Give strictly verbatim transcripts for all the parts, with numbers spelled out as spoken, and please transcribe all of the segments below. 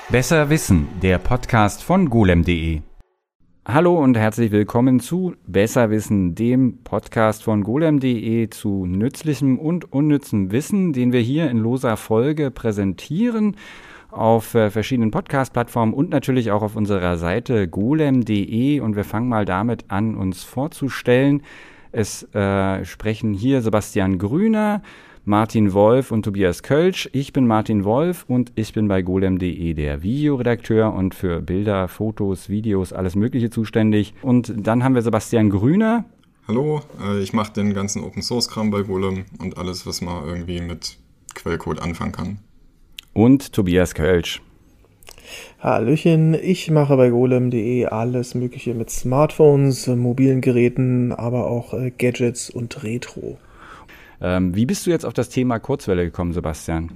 Besser wissen, der Podcast von golem punkt de. Hallo und herzlich willkommen zu Besser wissen, dem Podcast von golem punkt de zu nützlichem und unnützem Wissen, den wir hier in loser Folge präsentieren auf äh, verschiedenen Podcast-Plattformen und natürlich auch auf unserer Seite golem punkt de. Und wir fangen mal damit an, uns vorzustellen. Es äh, sprechen hier Sebastian Grüner, Martin Wolf und Tobias Kölsch. Ich bin Martin Wolf und ich bin bei golem punkt de der Videoredakteur und für Bilder, Fotos, Videos, alles Mögliche zuständig. Und dann haben wir Sebastian Grüner. Hallo, äh, ich mache den ganzen Open-Source-Kram bei Golem und alles, was man irgendwie mit Quellcode anfangen kann. Und Tobias Kölsch. Hallöchen, ich mache bei golem punkt de alles Mögliche mit Smartphones, mobilen Geräten, aber auch äh, Gadgets und Retro. Ähm, wie bist du jetzt auf das Thema Kurzwelle gekommen, Sebastian?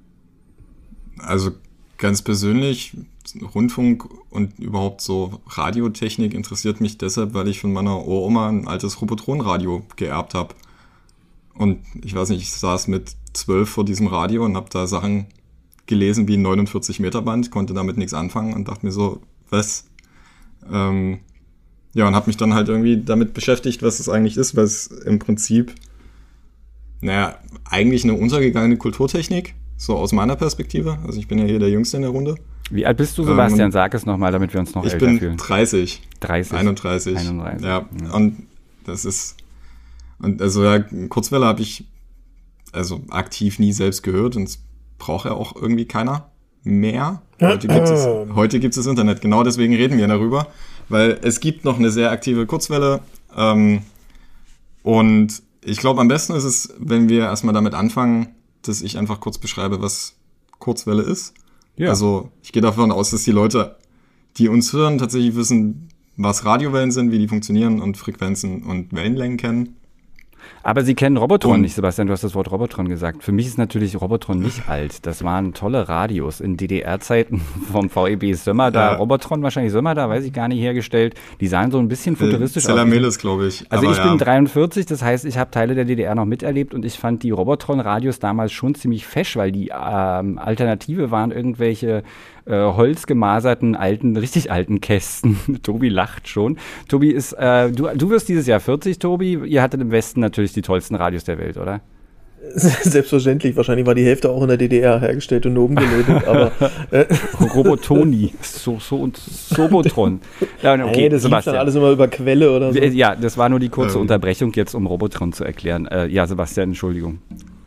Also ganz persönlich, Rundfunk und überhaupt so Radiotechnik interessiert mich deshalb, weil ich von meiner Uroma ein altes Robotronradio geerbt habe. Und ich weiß nicht, ich saß mit zwölf vor diesem Radio und habe da Sachen gelesen wie ein neunundvierzig Meter Band, konnte damit nichts anfangen und dachte mir so, was? Ähm, ja, und habe mich dann halt irgendwie damit beschäftigt, was es eigentlich ist, weil es im Prinzip Naja, eigentlich eine untergegangene Kulturtechnik, so aus meiner Perspektive. Also ich bin ja hier der Jüngste in der Runde. Wie alt bist du, Sebastian? Ähm, Sag es nochmal, damit wir uns noch älter fühlen. Ich bin dreißig. dreißig? einunddreißig. einunddreißig. Ja, ja, und das ist, und also ja, Kurzwelle habe ich also aktiv nie selbst gehört und es braucht ja auch irgendwie keiner mehr. Heute gibt es, heute gibt es das Internet, genau deswegen reden wir darüber, weil es gibt noch eine sehr aktive Kurzwelle ähm, und ich glaube, am besten ist es, wenn wir erstmal damit anfangen, dass ich einfach kurz beschreibe, was Kurzwelle ist. Ja. Also ich gehe davon aus, dass die Leute, die uns hören, tatsächlich wissen, was Radiowellen sind, wie die funktionieren und Frequenzen und Wellenlängen kennen. Aber sie kennen Robotron und nicht, Sebastian, du hast das Wort Robotron gesagt. Für mich ist natürlich Robotron nicht alt. Das waren tolle Radios in D D R-Zeiten vom V E B Sömmerda. Ja. Robotron wahrscheinlich Sömmerda, weiß ich gar nicht, hergestellt. Die sahen so ein bisschen futuristisch aus. Zellamelis, glaube ich. Also aber ich ja. bin dreiundvierzig, das heißt, ich habe Teile der D D R noch miterlebt und ich fand die Robotron-Radios damals schon ziemlich fesch, weil die ähm, Alternative waren irgendwelche äh, holzgemaserten, alten, richtig alten Kästen. Tobi lacht schon. Tobi ist, äh, du, du wirst dieses Jahr vierzig, Tobi. Ihr hattet im Westen natürlich die tollsten Radios der Welt, oder? Selbstverständlich. Wahrscheinlich war die Hälfte auch in der D D R hergestellt und nur umgelötet, aber äh. Robotoni, so, so und Sobotron. Ja, okay, hey, das lief dann alles immer über Quelle oder so. Ja, das war nur die kurze ähm. Unterbrechung jetzt, um Robotron zu erklären. Äh, ja, Sebastian, Entschuldigung.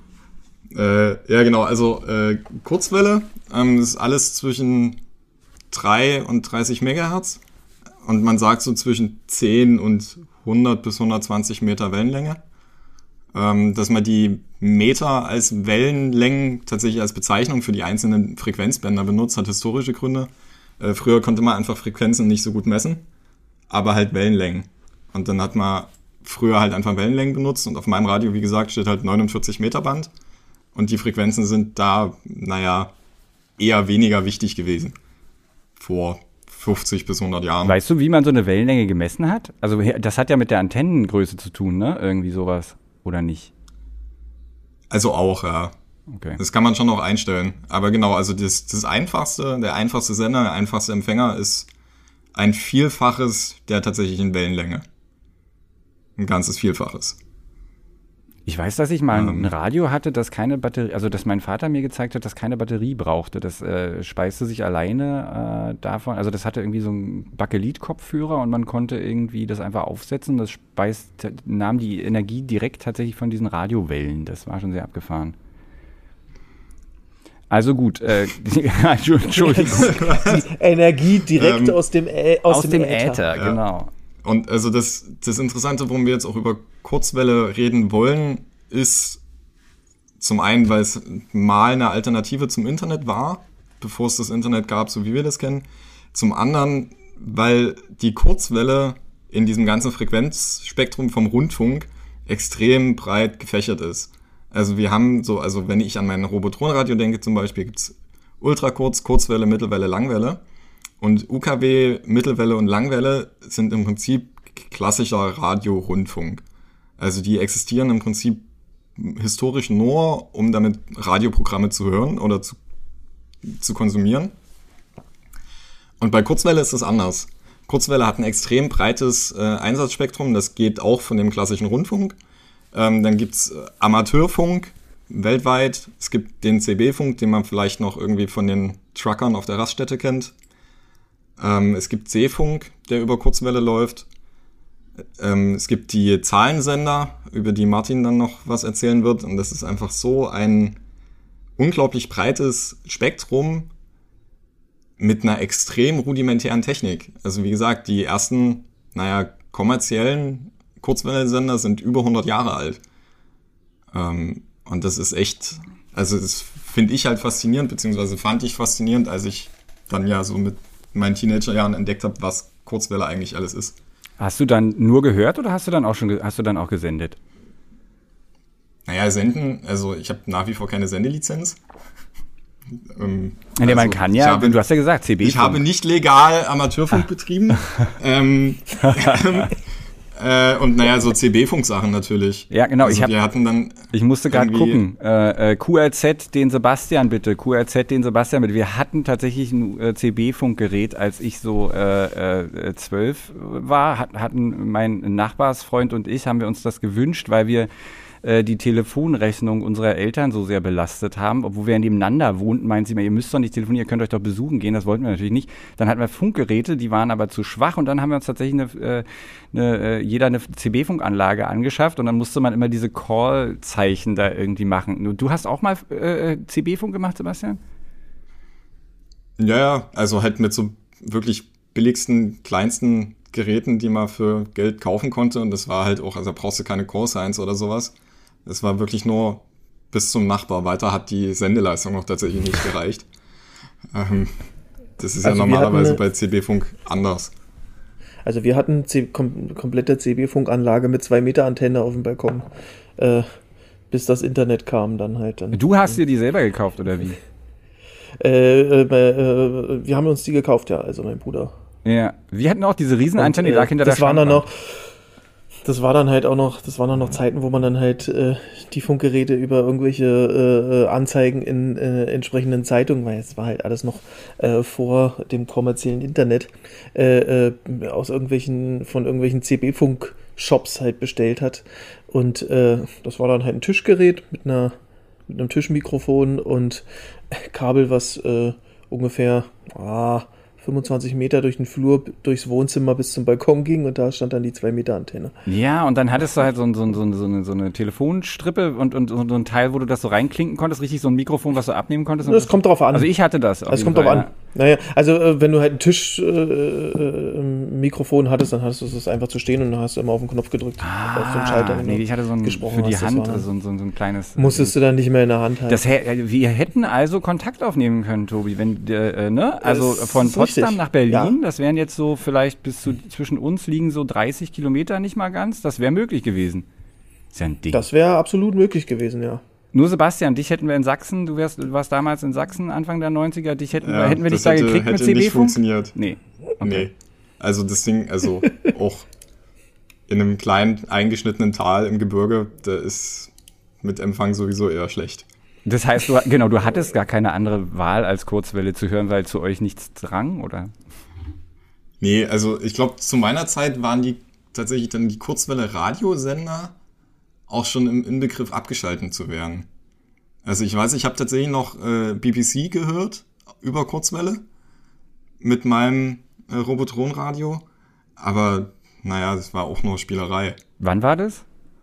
Äh, ja, genau, also äh, Kurzwelle, ähm, das ist alles zwischen drei und dreißig Megahertz und man sagt so zwischen zehn und hundert bis hundertzwanzig Meter Wellenlänge. Ähm, dass man die Meter als Wellenlängen tatsächlich als Bezeichnung für die einzelnen Frequenzbänder benutzt, hat historische Gründe. Äh, früher konnte man einfach Frequenzen nicht so gut messen, aber halt Wellenlängen. Und dann hat man früher halt einfach Wellenlängen benutzt und auf meinem Radio, wie gesagt, steht halt neunundvierzig Meter Band und die Frequenzen sind da, naja, eher weniger wichtig gewesen vor fünfzig bis hundert Jahren. Weißt du, wie man so eine Wellenlänge gemessen hat? Also das hat ja mit der Antennengröße zu tun, ne? Irgendwie sowas. Oder nicht? Also auch, ja. Okay. Das kann man schon noch einstellen. Aber genau, also das, das einfachste, der einfachste Sender, der einfachste Empfänger ist ein Vielfaches der tatsächlichen Wellenlänge. Ein ganzes Vielfaches. Ich weiß, dass ich mal ähm, ein Radio hatte, das keine Batterie, also dass mein Vater mir gezeigt hat, dass keine Batterie brauchte. Das äh, speiste sich alleine äh, davon. Also das hatte irgendwie so einen Bakelit-Kopfhörer und man konnte irgendwie das einfach aufsetzen. Das speist, nahm die Energie direkt tatsächlich von diesen Radiowellen. Das war schon sehr abgefahren. Also gut, äh, Entschuldigung. Die Energie direkt ähm, aus dem, Ä- aus aus dem, dem Äther. Äther, ja. Genau. Und also das, das Interessante, warum wir jetzt auch über Kurzwelle reden wollen, ist zum einen, weil es mal eine Alternative zum Internet war, bevor es das Internet gab, so wie wir das kennen. Zum anderen, weil die Kurzwelle in diesem ganzen Frequenzspektrum vom Rundfunk extrem breit gefächert ist. Also wir haben so, also wenn ich an mein Robotronradio denke zum Beispiel, gibt's Ultrakurz, Kurzwelle, Mittelwelle, Langwelle. Und U K W, Mittelwelle und Langwelle sind im Prinzip klassischer Radio-Rundfunk. Also die existieren im Prinzip historisch nur, um damit Radioprogramme zu hören oder zu, zu konsumieren. Und bei Kurzwelle ist es anders. Kurzwelle hat ein extrem breites äh, Einsatzspektrum, das geht auch von dem klassischen Rundfunk. Ähm, dann gibt's äh, Amateurfunk weltweit. Es gibt den C B-Funk, den man vielleicht noch irgendwie von den Truckern auf der Raststätte kennt. Ähm, es gibt Seefunk, der über Kurzwelle läuft. Ähm, es gibt die Zahlensender, über die Martin dann noch was erzählen wird. Und das ist einfach so ein unglaublich breites Spektrum mit einer extrem rudimentären Technik. Also wie gesagt, die ersten, naja, kommerziellen Kurzwellensender sind über hundert Jahre alt. Ähm, und das ist echt, also das finde ich halt faszinierend, beziehungsweise fand ich faszinierend, als ich dann ja so mit meinen Teenagerjahren entdeckt habe, was Kurzwelle eigentlich alles ist. Hast du dann nur gehört oder hast du dann auch schon, hast du dann auch gesendet? Naja, senden, also ich habe nach wie vor keine Sendelizenz. ähm, ja, also man kann ja, habe, du hast ja gesagt, C B-Funk. Ich habe nicht legal Amateurfunk ah. betrieben. ähm, äh, und naja, so C B-Funk-Sachen natürlich. Ja, genau. Also ich, hab, wir hatten dann ich musste gerade gucken. Äh, äh, Q R Z, den Sebastian bitte. Q R Z, den Sebastian bitte. Wir hatten tatsächlich ein äh, C B-Funkgerät, als ich so äh, äh, zwölf war. Hat, hatten mein Nachbarsfreund und ich, haben wir uns das gewünscht, weil wir die Telefonrechnung unserer Eltern so sehr belastet haben, obwohl wir nebeneinander wohnten, meinten sie mir, ihr müsst doch nicht telefonieren, ihr könnt euch doch besuchen gehen, das wollten wir natürlich nicht. Dann hatten wir Funkgeräte, die waren aber zu schwach und dann haben wir uns tatsächlich eine, eine, jeder eine C B-Funkanlage angeschafft und dann musste man immer diese Call-Zeichen da irgendwie machen. Du hast auch mal äh, C B-Funk gemacht, Sebastian? Ja, ja, also halt mit so wirklich billigsten, kleinsten Geräten, die man für Geld kaufen konnte und das war halt auch, also da brauchst du keine Call-Signs oder sowas. Es war wirklich nur bis zum Nachbar. Weiter hat die Sendeleistung noch tatsächlich nicht gereicht. Ähm, das ist also ja normalerweise bei C B-Funk anders. Also wir hatten C- kom- komplette C B-Funkanlage mit zwei Meter Antenne auf dem Balkon, äh, bis das Internet kam dann halt. Dann. Du hast dir die selber gekauft, oder wie? Äh, äh, äh, wir haben uns die gekauft, ja, also mein Bruder. Ja, wir hatten auch diese Riesenantenne, die lag hinter der das waren dann noch, Das war dann halt auch noch, das waren dann noch Zeiten, wo man dann halt äh, die Funkgeräte über irgendwelche äh, Anzeigen in äh, entsprechenden Zeitungen, weil es war halt alles noch äh, vor dem kommerziellen Internet, äh, äh, aus irgendwelchen, von irgendwelchen C B-Funk-Shops halt bestellt hat. Und äh, das war dann halt ein Tischgerät mit einer, mit einem Tischmikrofon und Kabel, was äh, ungefähr, ah, fünfundzwanzig Meter durch den Flur, durchs Wohnzimmer bis zum Balkon ging und da stand dann die zwei Meter Antenne. Ja, und dann hattest du halt so, so, so, so, eine, so eine Telefonstrippe und, und, und so ein Teil, wo du das so reinklinken konntest, richtig so ein Mikrofon, was du abnehmen konntest. Das kommt drauf an. Also ich hatte das. Das kommt drauf an. Naja, also äh, wenn du halt ein Tischmikrofon äh, äh, hattest, dann hast du es einfach zu stehen und dann hast du immer auf den Knopf gedrückt. Ah, auf den Schalter. Nee, ich hatte so ein für die hast, Hand, so, so, so ein kleines. Musstest du dann nicht mehr in der Hand halten. Das, wir hätten also Kontakt aufnehmen können, Tobi, wenn, äh, ne? Also das von Potsdam richtig. Nach Berlin. Ja. Das wären jetzt so vielleicht bis zu, zwischen uns liegen so dreißig Kilometer, nicht mal ganz. Das wäre möglich gewesen. Ist ja ein Ding. Das wäre absolut möglich gewesen, ja. Nur Sebastian, dich hätten wir in Sachsen, du wärst, du warst damals in Sachsen, Anfang der neunziger, dich hätten, ja, hätten wir dich da hätte, gekriegt hätte mit C B-Funk? Nicht funktioniert. Nee. Okay. Nee. Also das Ding, also auch in einem kleinen, eingeschnittenen Tal im Gebirge, da ist mit Empfang sowieso eher schlecht. Das heißt, du, genau, du hattest gar keine andere Wahl, als Kurzwelle zu hören, weil zu euch nichts drang, oder? Nee, also ich glaube, zu meiner Zeit waren die tatsächlich dann die Kurzwelle-Radiosender auch schon im Inbegriff abgeschaltet zu werden. Also ich weiß, ich habe tatsächlich noch äh, B B C gehört über Kurzwelle mit meinem äh, Robotron-Radio, aber naja, das war auch nur Spielerei. Wann war das?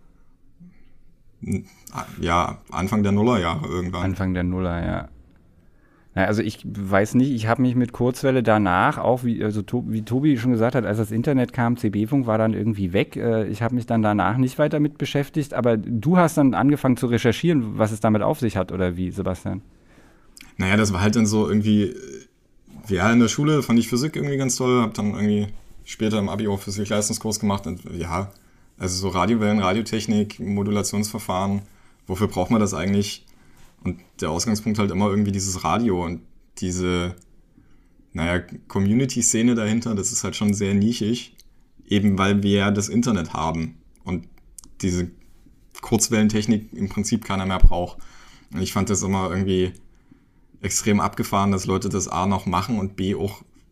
Ja, Anfang der Nullerjahre irgendwann. Anfang der Nuller, ja. Na, also ich weiß nicht, ich habe mich mit Kurzwelle danach, auch wie, also to, wie Tobi schon gesagt hat, als das Internet kam, C B-Funk war dann irgendwie weg. Ich habe mich dann danach nicht weiter mit beschäftigt, aber du hast dann angefangen zu recherchieren, was es damit auf sich hat, oder wie, Sebastian? Naja, das war halt dann so irgendwie, ja, in der Schule fand ich Physik irgendwie ganz toll, habe dann irgendwie später im Abi auch Physik-Leistungskurs gemacht und ja, also so Radiowellen, Radiotechnik, Modulationsverfahren, wofür braucht man das eigentlich? Und der Ausgangspunkt halt immer irgendwie dieses Radio und diese, naja, Community-Szene dahinter, das ist halt schon sehr nischig, eben weil wir ja das Internet haben und diese Kurzwellentechnik im Prinzip keiner mehr braucht. Und ich fand das immer irgendwie extrem abgefahren, dass Leute das A noch machen und B auch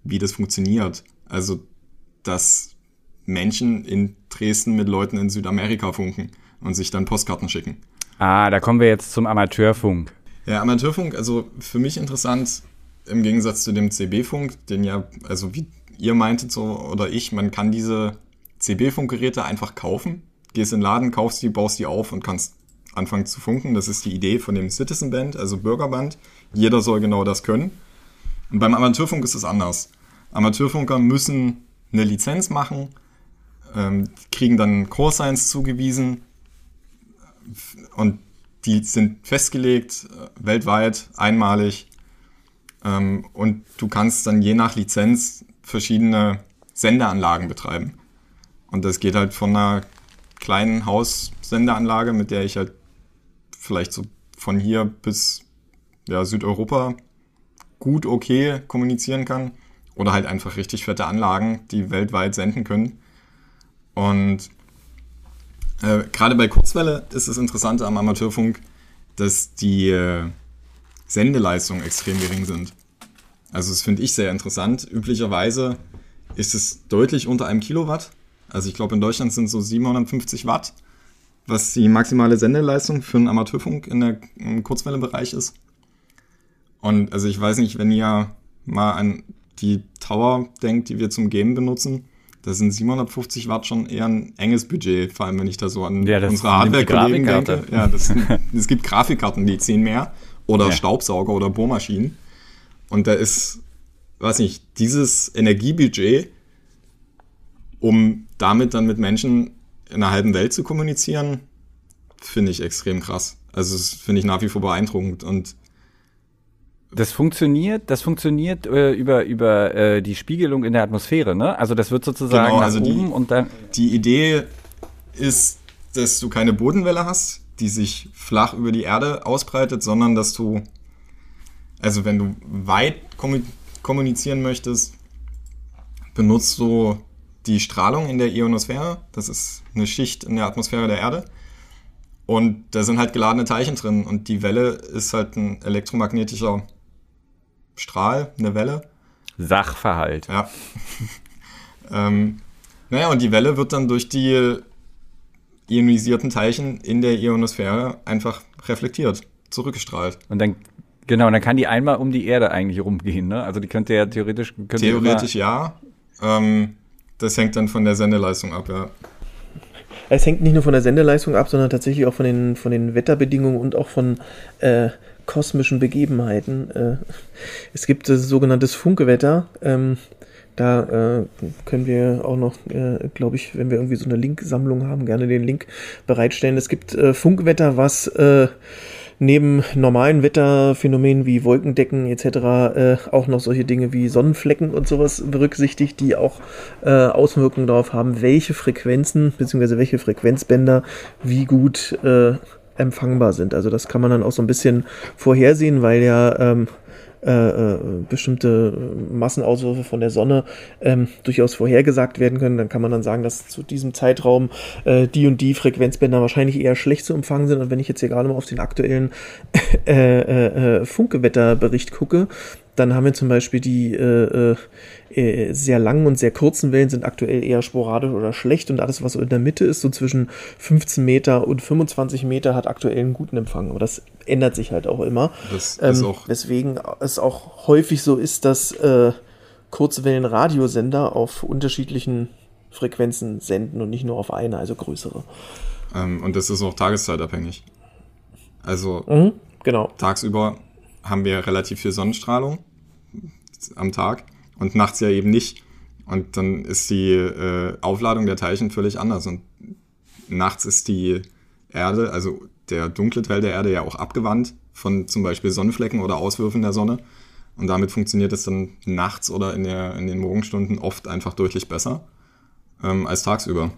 wie das funktioniert. Also, dass Menschen in Dresden mit Leuten in Südamerika funken und sich dann Postkarten schicken. Ah, da kommen wir jetzt zum Amateurfunk. Ja, Amateurfunk, also für mich interessant, im Gegensatz zu dem C B-Funk, den ja, also wie ihr meintet so oder ich, man kann diese C B-Funkgeräte einfach kaufen, gehst in den Laden, kaufst die, baust die auf und kannst anfangen zu funken. Das ist die Idee von dem Citizen Band, also Bürgerband. Jeder soll genau das können. Und beim Amateurfunk ist es anders. Amateurfunker müssen eine Lizenz machen, ähm, kriegen dann Callsigns zugewiesen und die sind festgelegt, äh, weltweit, einmalig. Ähm, und du kannst dann je nach Lizenz verschiedene Sendeanlagen betreiben. Und das geht halt von einer kleinen Haussendeanlage, mit der ich halt vielleicht so von hier bis ja, Südeuropa gut okay kommunizieren kann. Oder halt einfach richtig fette Anlagen, die weltweit senden können. Und äh, gerade bei Kurzwelle ist das Interessante am Amateurfunk, dass die äh, Sendeleistungen extrem gering sind. Also das finde ich sehr interessant. Üblicherweise ist es deutlich unter einem Kilowatt. Also ich glaube in Deutschland sind es so siebenhundertfünfzig Watt, was die maximale Sendeleistung für einen Amateurfunk in der, im Kurzwellebereich ist. Und also ich weiß nicht, wenn ihr mal an die Tower denkt, die wir zum Gamen benutzen, da sind siebenhundertfünfzig Watt schon eher ein enges Budget, vor allem wenn ich da so an ja, unsere Hardware-Kollegen denke. Ja, das, es gibt Grafikkarten, die ziehen mehr oder ja. Staubsauger oder Bohrmaschinen. Und da ist, weiß nicht, dieses Energiebudget, um damit dann mit Menschen in der halben Welt zu kommunizieren, finde ich extrem krass. Also das finde ich nach wie vor beeindruckend. Und Das funktioniert, das funktioniert äh, über, über äh, die Spiegelung in der Atmosphäre, ne? Also das wird sozusagen genau, nach also oben die, und dann... Die Idee ist, dass du keine Bodenwelle hast, die sich flach über die Erde ausbreitet, sondern dass du, also wenn du weit kommunizieren möchtest, benutzt du die Strahlung in der Ionosphäre. Das ist eine Schicht in der Atmosphäre der Erde. Und da sind halt geladene Teilchen drin. Und die Welle ist halt ein elektromagnetischer Strahl, eine Welle. Sachverhalt. Ja. ähm, naja, und die Welle wird dann durch die ionisierten Teilchen in der Ionosphäre einfach reflektiert, zurückgestrahlt. Und dann, genau, und dann kann die einmal um die Erde eigentlich rumgehen, ne? Also die könnte ja theoretisch... Könnte Theoretisch ja. Ähm, das hängt dann von der Sendeleistung ab, ja. Es hängt nicht nur von der Sendeleistung ab, sondern tatsächlich auch von den, von den Wetterbedingungen und auch von äh, kosmischen Begebenheiten. Äh, es gibt das sogenanntes Funkewetter. Ähm, da äh, können wir auch noch, äh, glaube ich, wenn wir irgendwie so eine Linksammlung haben, gerne den Link bereitstellen. Es gibt äh, Funkewetter, was äh, neben normalen Wetterphänomenen wie Wolkendecken et cetera äh, auch noch solche Dinge wie Sonnenflecken und sowas berücksichtigt, die auch äh, Auswirkungen darauf haben, welche Frequenzen bzw. welche Frequenzbänder wie gut äh, empfangbar sind. Also das kann man dann auch so ein bisschen vorhersehen, weil ja ähm, äh, bestimmte Massenauswürfe von der Sonne ähm, durchaus vorhergesagt werden können. Dann kann man dann sagen, dass zu diesem Zeitraum äh, die und die Frequenzbänder wahrscheinlich eher schlecht zu empfangen sind. Und wenn ich jetzt hier gerade mal auf den aktuellen äh, äh, Funkewetterbericht gucke, dann haben wir zum Beispiel die äh, äh, sehr langen und sehr kurzen Wellen sind aktuell eher sporadisch oder schlecht und alles, was so in der Mitte ist, so zwischen fünfzehn Meter und fünfundzwanzig Meter, hat aktuell einen guten Empfang. Aber das ändert sich halt auch immer. Das ähm, ist auch weswegen es auch häufig so ist, dass äh, Kurzwellen-Radiosender auf unterschiedlichen Frequenzen senden und nicht nur auf eine, also größere. Ähm, und das ist auch tageszeitabhängig. Also Mhm, genau. tagsüber haben wir relativ viel Sonnenstrahlung am Tag und nachts ja eben nicht. Und dann ist die äh, Aufladung der Teilchen völlig anders. Und nachts ist die Erde, also der dunkle Teil der Erde ja auch abgewandt von zum Beispiel Sonnenflecken oder Auswürfen der Sonne. Und damit funktioniert es dann nachts oder in, der, in den Morgenstunden oft einfach deutlich besser ähm, als tagsüber.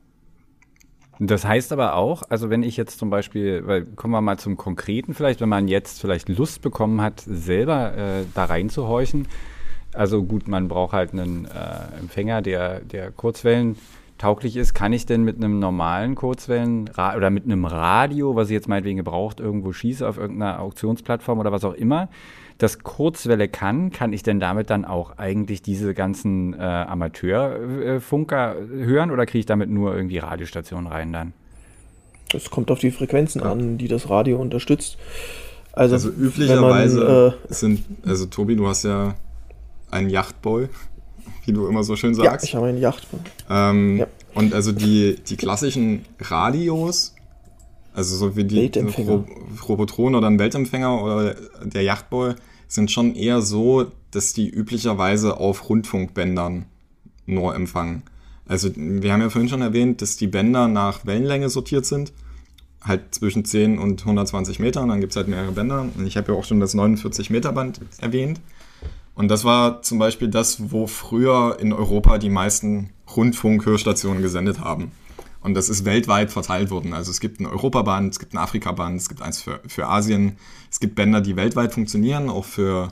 Das heißt aber auch, also wenn ich jetzt zum Beispiel, weil kommen wir mal zum Konkreten vielleicht, wenn man jetzt vielleicht Lust bekommen hat, selber äh, da reinzuhorchen. Also gut, man braucht halt einen äh, Empfänger, der, der Kurzwellen tauglich ist. Kann ich denn mit einem normalen Kurzwellen oder mit einem Radio, was ich jetzt meinetwegen gebraucht, irgendwo schieße auf irgendeiner Auktionsplattform oder was auch immer, das Kurzwelle kann, kann ich denn damit dann auch eigentlich diese ganzen äh, Amateurfunker hören oder kriege ich damit nur irgendwie Radiostationen rein dann? Es kommt auf die Frequenzen ja. an, die das Radio unterstützt. Also, also üblicherweise man, äh, sind, also Tobi, du hast ja einen Yachtboy, wie du immer so schön sagst. Ja, ich habe einen Yachtboy. Ähm, ja. Und also die, die klassischen Radios, also so wie die Ro- Robotron oder ein Weltempfänger oder der Yachtboy, sind schon eher so, dass die üblicherweise auf Rundfunkbändern nur empfangen. Also wir haben ja vorhin schon erwähnt, dass die Bänder nach Wellenlänge sortiert sind, halt zwischen zehn und hundertzwanzig Meter, und dann gibt es halt mehrere Bänder. Und ich habe ja auch schon das neunundvierzig Meter Band erwähnt. Und das war zum Beispiel das, wo früher in Europa die meisten Rundfunk-Hörstationen gesendet haben. Und das ist weltweit verteilt worden. Also es gibt ein Europaband, es gibt ein Afrikaband, es gibt eins für, für Asien. Es gibt Bänder, die weltweit funktionieren, auch für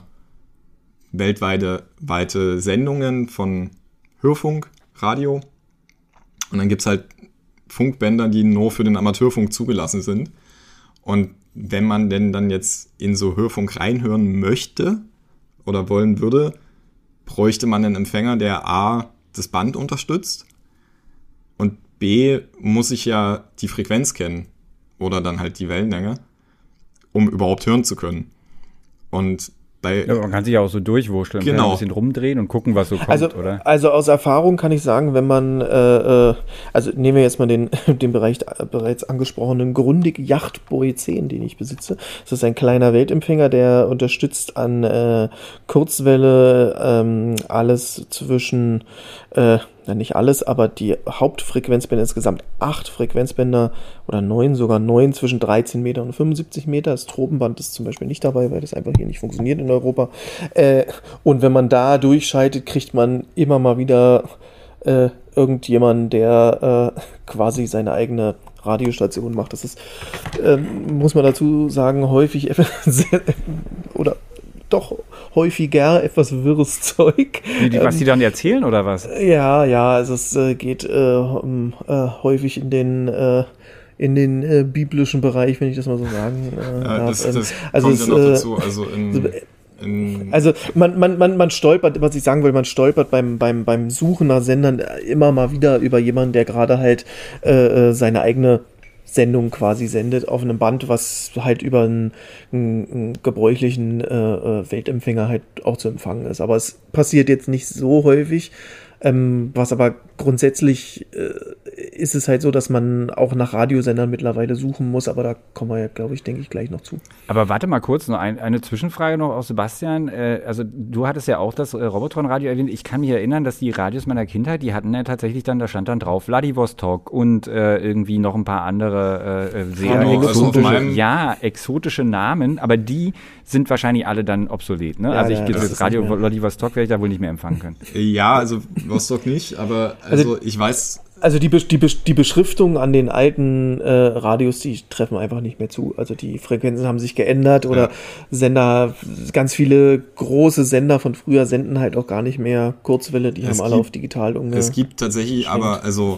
weltweite weite Sendungen von Hörfunk, Radio. Und dann gibt es halt Funkbänder, die nur für den Amateurfunk zugelassen sind. Und wenn man denn dann jetzt in so Hörfunk reinhören möchte oder wollen würde, bräuchte man einen Empfänger, der A, das Band unterstützt, und B, muss ich ja die Frequenz kennen oder dann halt die Wellenlänge, um überhaupt hören zu können. Und bei ja, man kann sich ja auch so durchwurschteln, genau. ein bisschen rumdrehen und gucken, was so kommt, also, oder? Also aus Erfahrung kann ich sagen, wenn man, äh, also nehmen wir jetzt mal den, den Bereich, bereits angesprochenen Grundig Yachtboy zehn, den ich besitze. Das ist ein kleiner Weltempfänger, der unterstützt an äh, Kurzwelle ähm, alles zwischen, äh, ja, nicht alles, aber die Hauptfrequenzbänder, insgesamt acht Frequenzbänder oder neun, sogar neun zwischen dreizehn Meter und fünfundsiebzig Meter. Das Tropenband ist zum Beispiel nicht dabei, weil das einfach hier nicht funktioniert in Europa. Äh, und wenn man da durchschaltet, kriegt man immer mal wieder äh, irgendjemanden, der äh, quasi seine eigene Radiostation macht. Das ist, äh, muss man dazu sagen, häufig sehr, oder doch häufiger etwas wirres Zeug. Die, die, was ähm, die dann erzählen, oder was? Ja, ja, also es äh, geht äh, um, äh, häufig in den äh, in den äh, biblischen Bereich, wenn ich das mal so sagen äh, ja, das, darf. das also kommt es, ja noch äh, dazu. Also, in, in also man, man, man, man stolpert, was ich sagen will, man stolpert beim, beim, beim Suchen nach Sendern immer mal wieder über jemanden, der gerade halt äh, seine eigene Sendung quasi sendet auf einem Band, was halt über einen, einen, einen gebräuchlichen äh, Weltempfänger halt auch zu empfangen ist. Aber es passiert jetzt nicht so häufig. Ähm, was aber grundsätzlich äh, ist es halt so, dass man auch nach Radiosendern mittlerweile suchen muss, aber da kommen wir ja, glaube ich, denke ich, gleich noch zu. Aber warte mal kurz, noch ein, eine Zwischenfrage noch aus Sebastian. Äh, also du hattest ja auch das äh, Robotron-Radio erwähnt. Ich kann mich erinnern, dass die Radios meiner Kindheit, die hatten ja tatsächlich dann, da stand dann drauf Vladivostok und äh, irgendwie noch ein paar andere äh, sehr Hallo, exotische, also ja, exotische Namen, aber die sind wahrscheinlich alle dann obsolet. Ne? Ja, also ich ja, das das das Radio Vladivostok werde ich da wohl nicht mehr empfangen können. Ja, also Vostok nicht, aber also, also ich weiß... Also die, Be- die, Be- die Beschriftung an den alten äh, Radios, die treffen einfach nicht mehr zu. Also die Frequenzen haben sich geändert oder ja. Sender, ganz viele große Sender von früher senden halt auch gar nicht mehr Kurzwelle, die es haben gibt, alle auf digital umgeschwenkt. Es gibt tatsächlich, aber also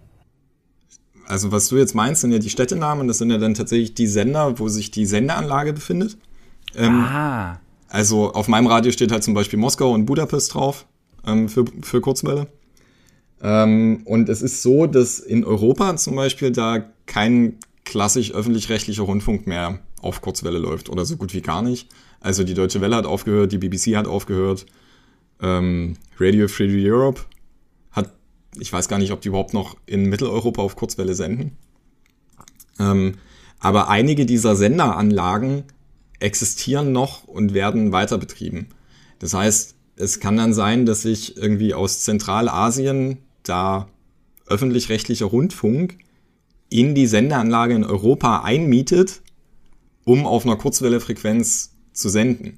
also was du jetzt meinst, sind ja die Städtenamen, das sind ja dann tatsächlich die Sender, wo sich die Sendeanlage befindet. Ähm, ah. Also auf meinem Radio steht halt zum Beispiel Moskau und Budapest drauf ähm, für, für Kurzwelle. Ähm, und es ist so, dass in Europa zum Beispiel da kein klassisch öffentlich-rechtlicher Rundfunk mehr auf Kurzwelle läuft oder so gut wie gar nicht. Also die Deutsche Welle hat aufgehört, die B B C hat aufgehört, ähm, Radio Free Europe hat, ich weiß gar nicht, ob die überhaupt noch in Mitteleuropa auf Kurzwelle senden. Ähm, aber einige dieser Senderanlagen existieren noch und werden weiter betrieben. Das heißt, es kann dann sein, dass sich irgendwie aus Zentralasien da öffentlich-rechtlicher Rundfunk in die Sendeanlage in Europa einmietet, um auf einer Kurzwellefrequenz zu senden.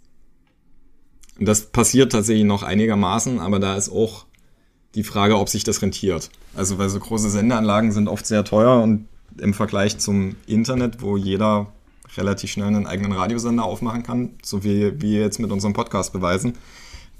Und das passiert tatsächlich noch einigermaßen, aber da ist auch die Frage, ob sich das rentiert. Also weil so große Sendeanlagen sind oft sehr teuer und im Vergleich zum Internet, wo jeder relativ schnell einen eigenen Radiosender aufmachen kann, so wie wir jetzt mit unserem Podcast beweisen,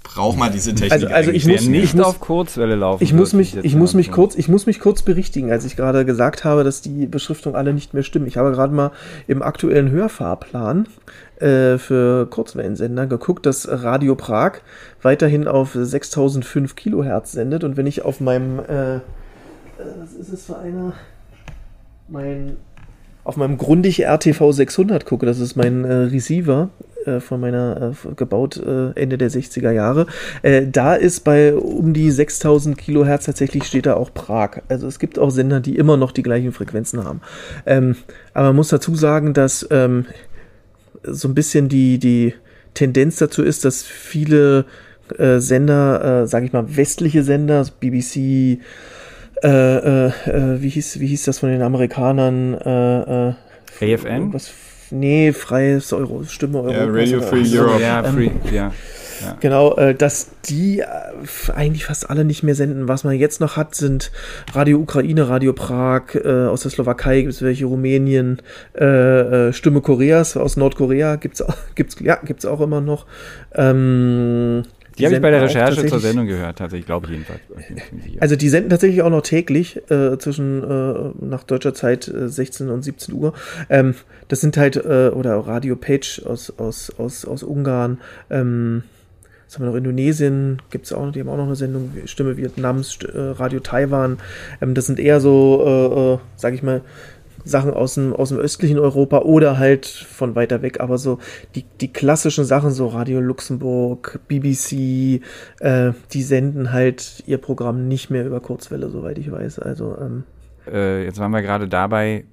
braucht man diese Technik also, also eigentlich ich muss nicht ich muss, auf Kurzwelle laufen. Ich muss mich, ich muss mich so. kurz, ich muss mich kurz berichtigen, als ich gerade gesagt habe, dass die Beschriftungen alle nicht mehr stimmen. Ich habe gerade mal im aktuellen Hörfahrplan äh, für Kurzwellensender geguckt, dass Radio Prag weiterhin auf sechstausendfünf Kilohertz sendet, und wenn ich auf meinem, äh, was ist es für einer, mein, auf meinem Grundig R T V sechshundert gucke, das ist mein äh, Receiver, von meiner, äh, gebaut äh, Ende der sechziger Jahre. Äh, da ist bei um die sechstausend Kilohertz tatsächlich, steht da auch Prag. Also es gibt auch Sender, die immer noch die gleichen Frequenzen haben. Ähm, aber man muss dazu sagen, dass ähm, so ein bisschen die, die Tendenz dazu ist, dass viele äh, Sender, äh, sage ich mal, westliche Sender, B B C, äh, äh, äh, wie hieß, wie hieß das von den Amerikanern? Äh, äh, A F N? Was, nee, freies Euro, Stimme Europa. Ja, Radio Free so, Europe. Ja, ähm, free, ja. Ja. Genau, äh, dass die äh, eigentlich fast alle nicht mehr senden. Was man jetzt noch hat, sind Radio Ukraine, Radio Prag, äh, aus der Slowakei gibt es welche, Rumänien, äh, äh, Stimme Koreas, aus Nordkorea gibt's gibt's ja, gibt's auch immer noch. Ähm, Die, die habe ich bei der senden auch Recherche zur tatsächlich- Sendung gehört, tatsächlich, glaube ich jedenfalls. Also die senden tatsächlich auch noch täglich äh, zwischen äh, nach deutscher Zeit äh, sechzehn und siebzehn Uhr. Ähm, das sind halt äh, oder Radio Page aus aus aus aus Ungarn. Ähm, was haben wir noch? Indonesien gibt's auch noch. Die haben auch noch eine Sendung. Stimme Vietnams, St- äh, Radio Taiwan. Ähm, das sind eher so, äh, äh, sag ich mal, Sachen aus dem, aus dem östlichen Europa oder halt von weiter weg, aber so die, die klassischen Sachen, so Radio Luxemburg, B B C, äh, die senden halt ihr Programm nicht mehr über Kurzwelle, soweit ich weiß. Also, ähm, Äh, jetzt waren wir gerade dabei,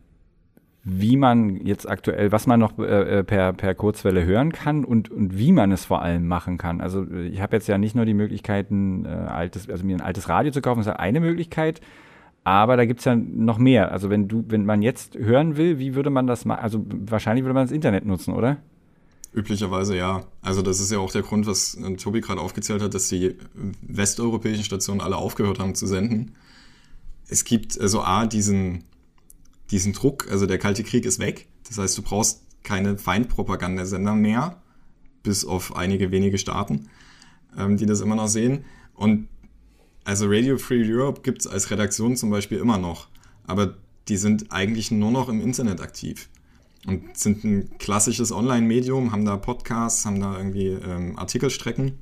wie man jetzt aktuell, was man noch äh, per, per Kurzwelle hören kann und, und wie man es vor allem machen kann. Also ich habe jetzt ja nicht nur die Möglichkeiten, äh, altes, also mir ein altes Radio zu kaufen, das ist ja eine Möglichkeit, aber da gibt es ja noch mehr. Also wenn du, wenn man jetzt hören will, wie würde man das machen? Also wahrscheinlich würde man das Internet nutzen, oder? Üblicherweise ja. Also das ist ja auch der Grund, was äh, Tobi gerade aufgezählt hat, dass die westeuropäischen Stationen alle aufgehört haben zu senden. Es gibt also A, diesen, diesen Druck, also der Kalte Krieg ist weg. Das heißt, du brauchst keine Feindpropagandasender mehr, bis auf einige wenige Staaten, ähm, die das immer noch sehen. Und also Radio Free Europe gibt es als Redaktion zum Beispiel immer noch, aber die sind eigentlich nur noch im Internet aktiv und sind ein klassisches Online-Medium, haben da Podcasts, haben da irgendwie ähm, Artikelstrecken,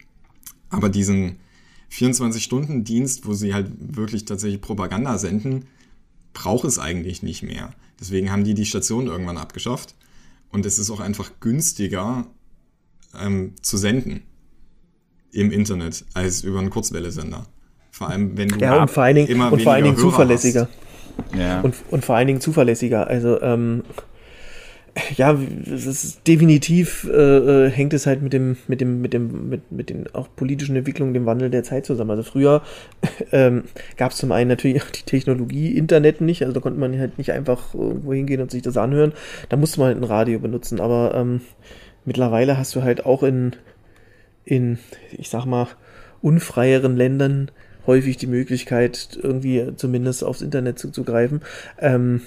aber diesen vierundzwanzig-Stunden-Dienst, wo sie halt wirklich tatsächlich Propaganda senden, braucht es eigentlich nicht mehr. Deswegen haben die die Station irgendwann abgeschafft und es ist auch einfach günstiger ähm, zu senden im Internet als über einen Kurzwellesender. Vor allem, wenn du ja, und vor allen Dingen, immer und vor allen Dingen weniger Hörer zuverlässiger. Ja. Und, und vor allen Dingen zuverlässiger. Also, ähm, ja, es ist definitiv äh, äh, hängt es halt mit dem, mit dem, mit dem, mit, mit den auch politischen Entwicklungen, dem Wandel der Zeit zusammen. Also früher ähm, gab es zum einen natürlich auch die Technologie, Internet nicht, also da konnte man halt nicht einfach irgendwo hingehen und sich das anhören. Da musste man halt ein Radio benutzen. Aber ähm, mittlerweile hast du halt auch in, in, ich sag mal, unfreieren Ländern häufig die Möglichkeit, irgendwie zumindest aufs Internet zuzugreifen. Ähm,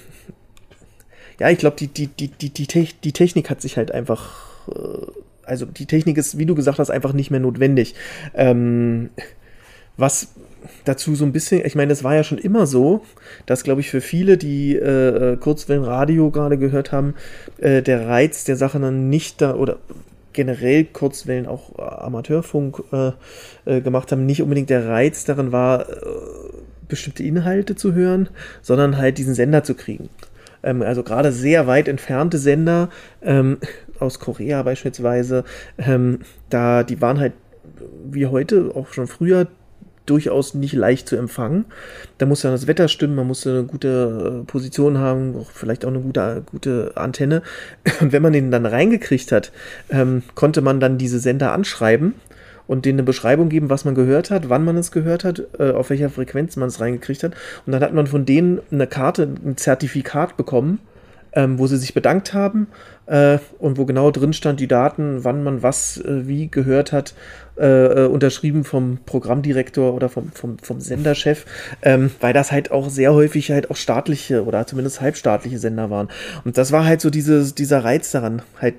ja, ich glaube, die, die, die, die, die, Te- die Technik hat sich halt einfach, äh, also die Technik ist, wie du gesagt hast, einfach nicht mehr notwendig. Ähm, was dazu so ein bisschen, ich meine, das war ja schon immer so, dass, glaube ich, für viele, die äh, Kurzwellenradio gerade gehört haben, äh, der Reiz der Sache dann nicht da, oder generell Kurzwellen, auch Amateurfunk äh, äh, gemacht haben, nicht unbedingt der Reiz darin war, äh, bestimmte Inhalte zu hören, sondern halt diesen Sender zu kriegen. Ähm, also gerade sehr weit entfernte Sender, ähm, aus Korea beispielsweise, ähm, da die waren halt wie heute, auch schon früher, durchaus nicht leicht zu empfangen. Da musste dann das Wetter stimmen, man musste eine gute äh, Position haben, auch vielleicht auch eine gute, gute Antenne. Und wenn man den dann reingekriegt hat, ähm, konnte man dann diese Sender anschreiben und denen eine Beschreibung geben, was man gehört hat, wann man es gehört hat, äh, auf welcher Frequenz man es reingekriegt hat. Und dann hat man von denen eine Karte, ein Zertifikat bekommen, ähm, wo sie sich bedankt haben äh, und wo genau drin stand die Daten, wann man was äh, wie gehört hat, äh, unterschrieben vom Programmdirektor oder vom, vom, vom Senderchef, ähm, weil das halt auch sehr häufig halt auch staatliche oder zumindest halbstaatliche Sender waren. Und das war halt so diese, dieser Reiz daran, halt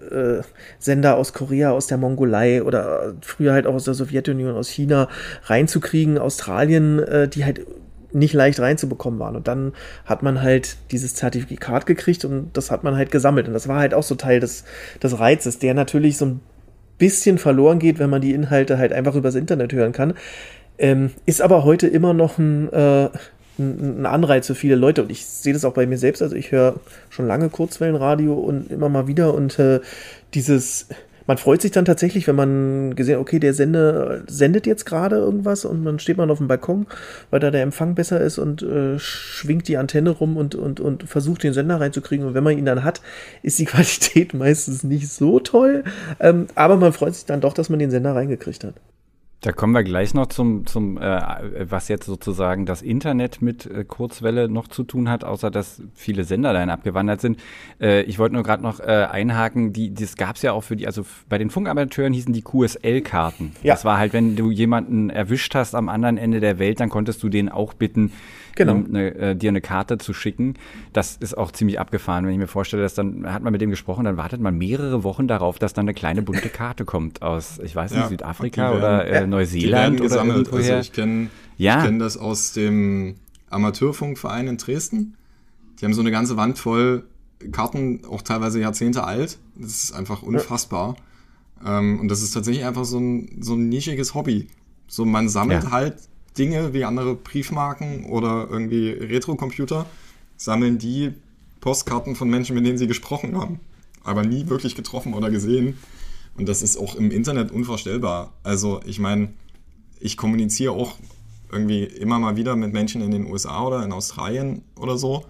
äh, Sender aus Korea, aus der Mongolei oder früher halt auch aus der Sowjetunion, aus China reinzukriegen, Australien, äh, die halt nicht leicht reinzubekommen waren. Und dann hat man halt dieses Zertifikat gekriegt und das hat man halt gesammelt. Und das war halt auch so Teil des, des Reizes, der natürlich so ein bisschen verloren geht, wenn man die Inhalte halt einfach übers Internet hören kann. Ähm, ist aber heute immer noch ein, äh, ein, ein Anreiz für viele Leute. Und ich sehe das auch bei mir selbst. Also ich höre schon lange Kurzwellenradio und immer mal wieder. Und äh, dieses... Man freut sich dann tatsächlich, wenn man gesehen, okay, der Sender sendet jetzt gerade irgendwas und man steht mal auf dem Balkon, weil da der Empfang besser ist und äh, schwingt die Antenne rum und, und, und versucht den Sender reinzukriegen. Und wenn man ihn dann hat, ist die Qualität meistens nicht so toll. Ähm, aber man freut sich dann doch, dass man den Sender reingekriegt hat. Da kommen wir gleich noch zum, zum äh, was jetzt sozusagen das Internet mit äh, Kurzwelle noch zu tun hat, außer dass viele Sender dahin abgewandert sind. Äh, ich wollte nur gerade noch äh, einhaken, die, das gab es ja auch für die, also f- bei den Funkamateuren hießen die Q S L-Karten. Ja. Das war halt, wenn du jemanden erwischt hast am anderen Ende der Welt, dann konntest du den auch bitten, genau. ne, äh, dir eine Karte zu schicken. Das ist auch ziemlich abgefahren, wenn ich mir vorstelle, dass dann hat man mit dem gesprochen, dann wartet man mehrere Wochen darauf, dass dann eine kleine bunte Karte kommt aus, ich weiß nicht, ja, Südafrika werden, oder äh, ja. Neuseeland oder gesammelt. irgendwoher. Also ich kenne ja. ich kenn das aus dem Amateurfunkverein in Dresden. Die haben so eine ganze Wand voll Karten, auch teilweise Jahrzehnte alt. Das ist einfach unfassbar. Ja. Ähm, und das ist tatsächlich einfach so ein, so ein nischiges Hobby. So, man sammelt ja. halt Dinge wie andere Briefmarken oder irgendwie Retro-Computer, sammeln die Postkarten von Menschen, mit denen sie gesprochen haben, aber nie wirklich getroffen oder gesehen. Und das ist auch im Internet unvorstellbar. Also ich meine, ich kommuniziere auch irgendwie immer mal wieder mit Menschen in den U S A oder in Australien oder so.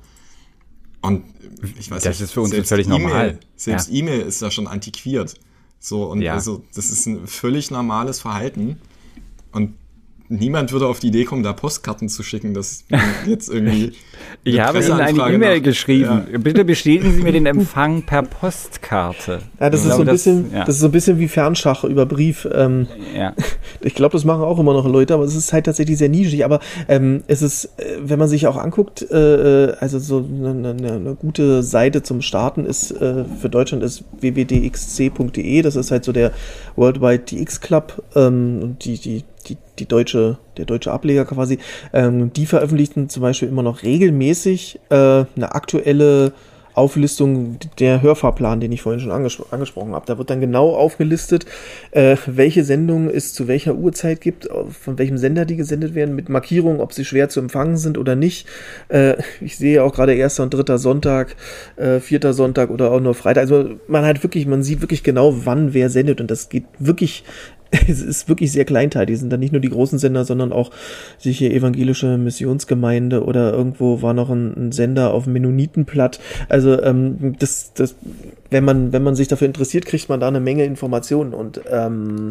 Und ich weiß das nicht, ist für uns selbst völlig E-Mail, normal. Selbst ja. E-Mail ist da schon antiquiert. So, und ja. also das ist ein völlig normales Verhalten. Und niemand würde auf die Idee kommen, da Postkarten zu schicken, dass jetzt irgendwie ich habe Ihnen eine E-Mail geschrieben. Ja. Bitte bestätigen Sie mir den Empfang per Postkarte. Ja, das, ist, glaube, so ein bisschen, das, ja. das ist so ein bisschen wie Fernschach über Brief. Ähm, ja. Ich glaube, das machen auch immer noch Leute, aber es ist halt tatsächlich sehr nischig. Aber ähm, es ist, wenn man sich auch anguckt, äh, also so eine, eine, eine gute Seite zum Starten ist äh, für Deutschland ist w w d x c punkt d e. Das ist halt so der Worldwide D X Club, ähm, die, die Die, die deutsche, der deutsche Ableger quasi, ähm, die veröffentlichten zum Beispiel immer noch regelmäßig äh, eine aktuelle Auflistung der Hörfahrplan, den ich vorhin schon angespro- angesprochen habe. Da wird dann genau aufgelistet, äh, welche Sendungen es zu welcher Uhrzeit gibt, von welchem Sender die gesendet werden, mit Markierung, ob sie schwer zu empfangen sind oder nicht. Äh, ich sehe auch gerade erster und dritter Sonntag, äh, vierter Sonntag oder auch nur Freitag. Also man hat wirklich, man sieht wirklich genau, wann wer sendet und das geht wirklich. Es ist wirklich sehr kleinteilig. Die sind dann nicht nur die großen Sender, sondern auch sicher evangelische Missionsgemeinde oder irgendwo war noch ein, ein Sender auf dem Mennonitenplatt. Also ähm, das, das, wenn man, wenn man sich dafür interessiert, kriegt man da eine Menge Informationen. Und ähm,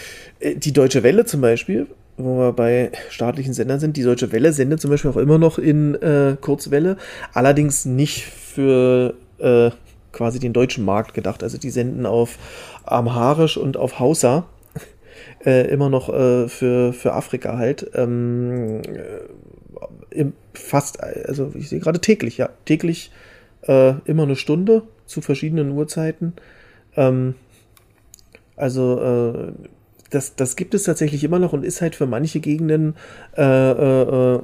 die Deutsche Welle zum Beispiel, wo wir bei staatlichen Sendern sind, die Deutsche Welle sendet zum Beispiel auch immer noch in äh, Kurzwelle, allerdings nicht für äh, quasi den deutschen Markt gedacht. Also die senden auf Amharisch und auf Hausa. Äh, immer noch äh, für, für Afrika halt. Ähm, äh, fast, also ich sehe gerade täglich, ja. Täglich äh, immer eine Stunde zu verschiedenen Uhrzeiten. Ähm, also äh, das, das gibt es tatsächlich immer noch und ist halt für manche Gegenden, äh, äh,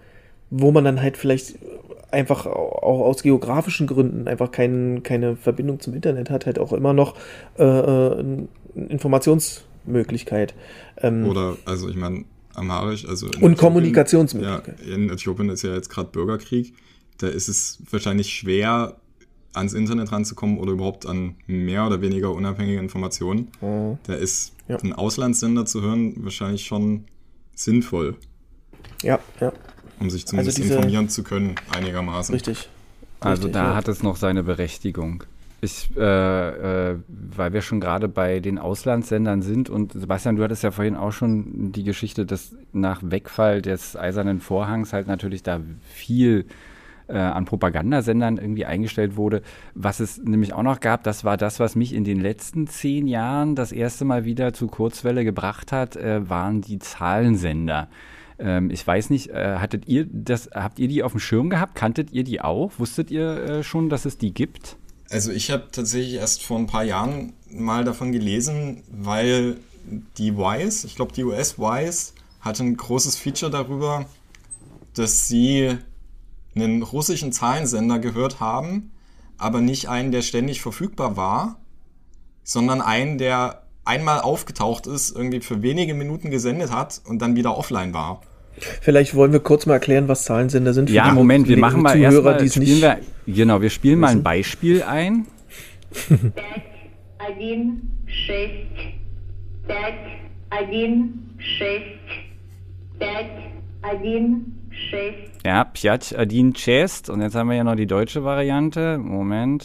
wo man dann halt vielleicht einfach auch aus geografischen Gründen einfach kein, keine Verbindung zum Internet hat, halt auch immer noch äh, ein Informations- Möglichkeit. Ähm, Oder, also ich meine, Amharisch, also und Äthiopien, Kommunikationsmöglichkeit. Ja, in Äthiopien ist ja jetzt gerade Bürgerkrieg. Da ist es wahrscheinlich schwer, ans Internet ranzukommen oder überhaupt an mehr oder weniger unabhängige Informationen. Mhm. Da ist ja. ein Auslandssender zu hören wahrscheinlich schon sinnvoll. Ja, ja. Um sich zumindest also diese, informieren zu können, einigermaßen. Richtig. Also richtig, da ja. hat es noch seine Berechtigung. Ich, äh, äh, weil wir schon gerade bei den Auslandssendern sind und Sebastian, du hattest ja vorhin auch schon die Geschichte, dass nach Wegfall des Eisernen Vorhangs halt natürlich da viel äh, an Propagandasendern irgendwie eingestellt wurde. Was es nämlich auch noch gab, das war das, was mich in den letzten zehn Jahren das erste Mal wieder zu Kurzwelle gebracht hat, äh, waren die Zahlensender. Ähm, ich weiß nicht, äh, hattet ihr das, habt ihr die auf dem Schirm gehabt? Kanntet ihr die auch? Wusstet ihr äh, schon, dass es die gibt? Also ich habe tatsächlich erst vor ein paar Jahren mal davon gelesen, weil die Wise, ich glaube die U S Wise, hatte ein großes Feature darüber, dass sie einen russischen Zahlensender gehört haben, aber nicht einen, der ständig verfügbar war, sondern einen, der einmal aufgetaucht ist, irgendwie für wenige Minuten gesendet hat und dann wieder offline war. Vielleicht wollen wir kurz mal erklären, was Zahlensender sind. Für ja, die Moment, wir machen mal Zuhörer, erstmal, spielen wir, genau, wir spielen mal ein Beispiel ein. пять, один, шесть, пять, один, шесть, пять, один, шесть. Ja, Pjatsch, Adin, Chest. Und jetzt haben wir ja noch die deutsche Variante. Moment.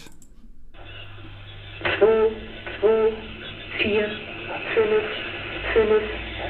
zwei, zwei, vier, fünf, fünf,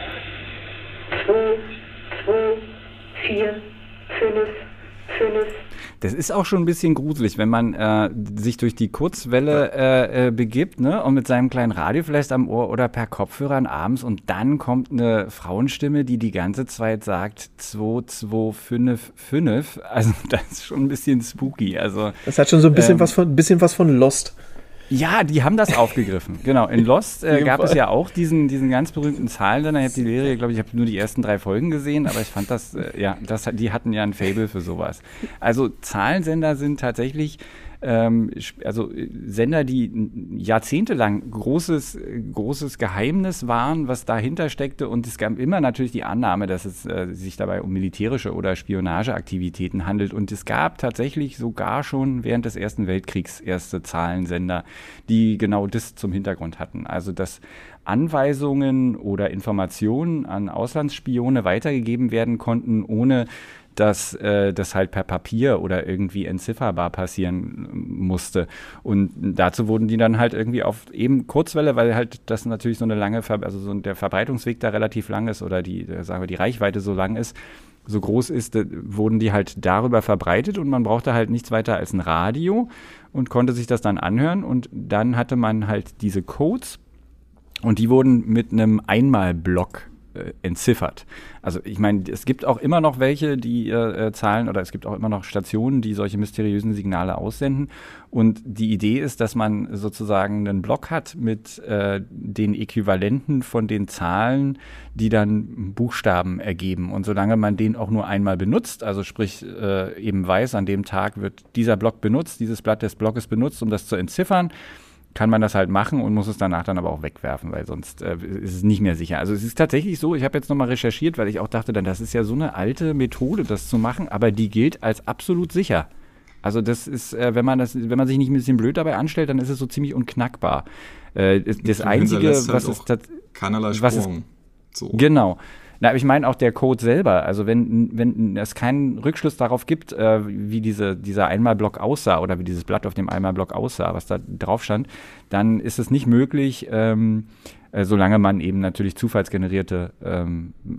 zwei, zwei, vier, fünf, fünf. Das ist auch schon ein bisschen gruselig, wenn man äh, sich durch die Kurzwelle äh, äh, begibt, ne, und mit seinem kleinen Radio vielleicht am Ohr oder per Kopfhörern abends und dann kommt eine Frauenstimme, die die ganze Zeit sagt zwei, zwei, fünf, fünf. Also das ist schon ein bisschen spooky. Also das hat schon so ein bisschen, ähm, was, von, bisschen was von Lost. Ja, die haben das aufgegriffen. Genau, in Lost äh, gab es ja auch diesen, diesen ganz berühmten Zahlensender. Ich habe die Serie, glaube ich, ich habe nur die ersten drei Folgen gesehen, aber ich fand das, äh, ja, das, die hatten ja ein Faible für sowas. Also Zahlensender sind tatsächlich ähm, also Sender, die jahrzehntelang großes, großes Geheimnis waren, was dahinter steckte, und es gab immer natürlich die Annahme, dass es äh, sich dabei um militärische oder Spionageaktivitäten handelt, und es gab tatsächlich sogar schon während des Ersten Weltkriegs erste Zahlensender, die genau das zum Hintergrund hatten. Also dass Anweisungen oder Informationen an Auslandsspione weitergegeben werden konnten, ohne dass äh, das halt per Papier oder irgendwie entzifferbar passieren musste. Und dazu wurden die dann halt irgendwie auf eben Kurzwelle, weil halt das natürlich so eine lange, Ver- also so der Verbreitungsweg da relativ lang ist oder die, sagen wir, die Reichweite so lang ist, so groß ist, äh, wurden die halt darüber verbreitet, und man brauchte halt nichts weiter als ein Radio und konnte sich das dann anhören, und dann hatte man halt diese Codes, und die wurden mit einem Einmalblock äh, entziffert. Also ich meine, es gibt auch immer noch welche, die äh, Zahlen, oder es gibt auch immer noch Stationen, die solche mysteriösen Signale aussenden. Und die Idee ist, dass man sozusagen einen Block hat mit äh, den Äquivalenten von den Zahlen, die dann Buchstaben ergeben. Und solange man den auch nur einmal benutzt, also sprich äh, eben weiß, an dem Tag wird dieser Block benutzt, dieses Blatt des Blockes benutzt, um das zu entziffern, kann man das halt machen und muss es danach dann aber auch wegwerfen, weil sonst äh, ist es nicht mehr sicher. Also es ist tatsächlich so, ich habe jetzt nochmal recherchiert, weil ich auch dachte, dann das ist ja so eine alte Methode, das zu machen, aber die gilt als absolut sicher. Also das ist, äh, wenn man das, wenn man sich nicht ein bisschen blöd dabei anstellt, dann ist es so ziemlich unknackbar. Äh, das das Einzige, halt was es tat- keinerlei was Spuren. es, So. Genau. Na, aber ich meine auch der Code selber, also wenn, wenn es keinen Rückschluss darauf gibt, äh, wie diese, dieser Einmalblock aussah oder wie dieses Blatt auf dem Einmalblock aussah, was da drauf stand, dann ist es nicht möglich, ähm, äh, solange man eben natürlich zufallsgenerierte ähm, äh,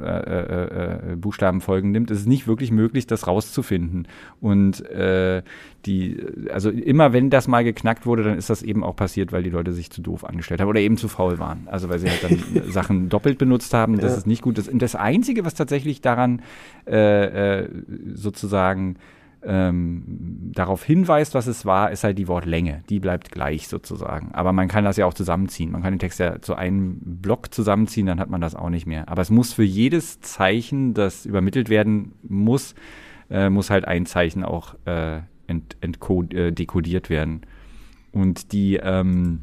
äh, äh, Buchstabenfolgen nimmt, ist es nicht wirklich möglich, das rauszufinden. Und äh, die, also immer wenn das mal geknackt wurde, dann ist das eben auch passiert, weil die Leute sich zu doof angestellt haben oder eben zu faul waren. Also weil sie halt dann Sachen doppelt benutzt haben. Das ja. ist nicht gut. Das, das Einzige, was tatsächlich daran äh, äh, sozusagen ähm, darauf hinweist, was es war, ist halt die Wortlänge. Die bleibt gleich sozusagen. Aber man kann das ja auch zusammenziehen. Man kann den Text ja zu einem Block zusammenziehen, dann hat man das auch nicht mehr. Aber es muss für jedes Zeichen, das übermittelt werden muss, äh, muss halt ein Zeichen auch äh, ent, entkod, äh, dekodiert werden. Und die ähm,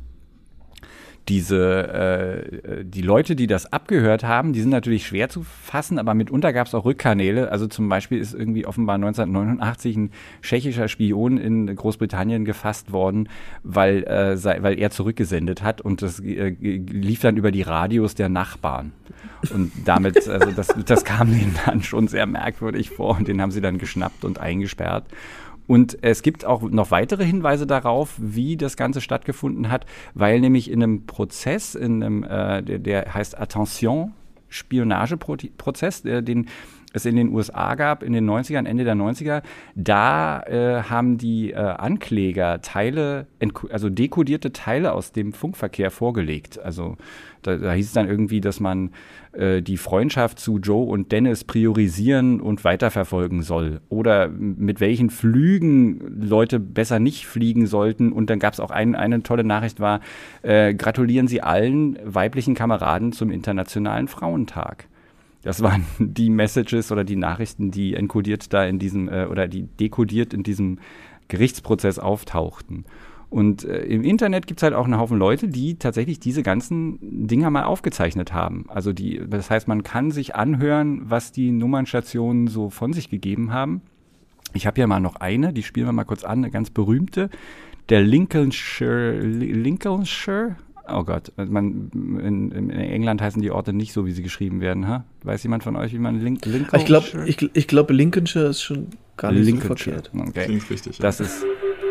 Diese, äh, die Leute, die das abgehört haben, die sind natürlich schwer zu fassen, aber mitunter gab es auch Rückkanäle. Also zum Beispiel ist irgendwie offenbar neunzehnhundertneunundachtzig ein tschechischer Spion in Großbritannien gefasst worden, weil, äh, sei, weil er zurückgesendet hat, und das äh, lief dann über die Radios der Nachbarn. Und damit, also das, das kam denen dann schon sehr merkwürdig vor, und den haben sie dann geschnappt und eingesperrt. Und es gibt auch noch weitere Hinweise darauf, wie das Ganze stattgefunden hat, weil nämlich in einem Prozess, in einem, äh, der, der heißt Attention, Spionageprozess, äh, den es in den U S A gab, in den neunzigern, Ende der neunziger, da äh, haben die äh, Ankläger Teile, also dekodierte Teile aus dem Funkverkehr vorgelegt. Also da, da hieß es dann irgendwie, dass man äh, die Freundschaft zu Joe und Dennis priorisieren und weiterverfolgen soll. Oder mit welchen Flügen Leute besser nicht fliegen sollten. Und dann gab es auch ein, eine tolle Nachricht war, äh, gratulieren Sie allen weiblichen Kameraden zum Internationalen Frauentag. Das waren die Messages oder die Nachrichten, die enkodiert da in diesem äh, oder die dekodiert in diesem Gerichtsprozess auftauchten. Und äh, im Internet gibt es halt auch einen Haufen Leute, die tatsächlich diese ganzen Dinger mal aufgezeichnet haben. Also die, das heißt, man kann sich anhören, was die Nummernstationen so von sich gegeben haben. Ich habe ja mal noch eine, die spielen wir mal kurz an, eine ganz berühmte, der Lincolnshire, Lincolnshire. Oh Gott, man, in, in England heißen die Orte nicht so, wie sie geschrieben werden. Ha? Weiß jemand von euch, wie man Link, Lincolnshire? Ich glaube, ich, ich glaub, Lincolnshire ist schon gar nicht so verkehrt. Okay. Klingt richtig. Ja. Das ist...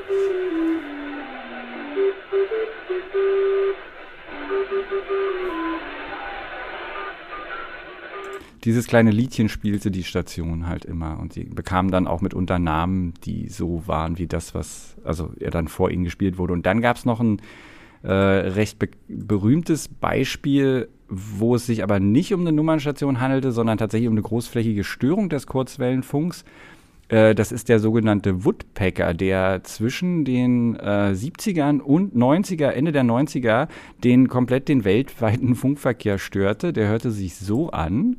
Dieses kleine Liedchen spielte die Station halt immer und sie bekamen dann auch mitunter Namen, die so waren wie das, was also er dann vor ihnen gespielt wurde. Und dann gab es noch ein Äh, recht be- berühmtes Beispiel, wo es sich aber nicht um eine Nummernstation handelte, sondern tatsächlich um eine großflächige Störung des Kurzwellenfunks. Äh, das ist der sogenannte Woodpecker, der zwischen den äh, siebzigern und neunziger, Ende der neunziger, den komplett den weltweiten Funkverkehr störte. Der hörte sich so an.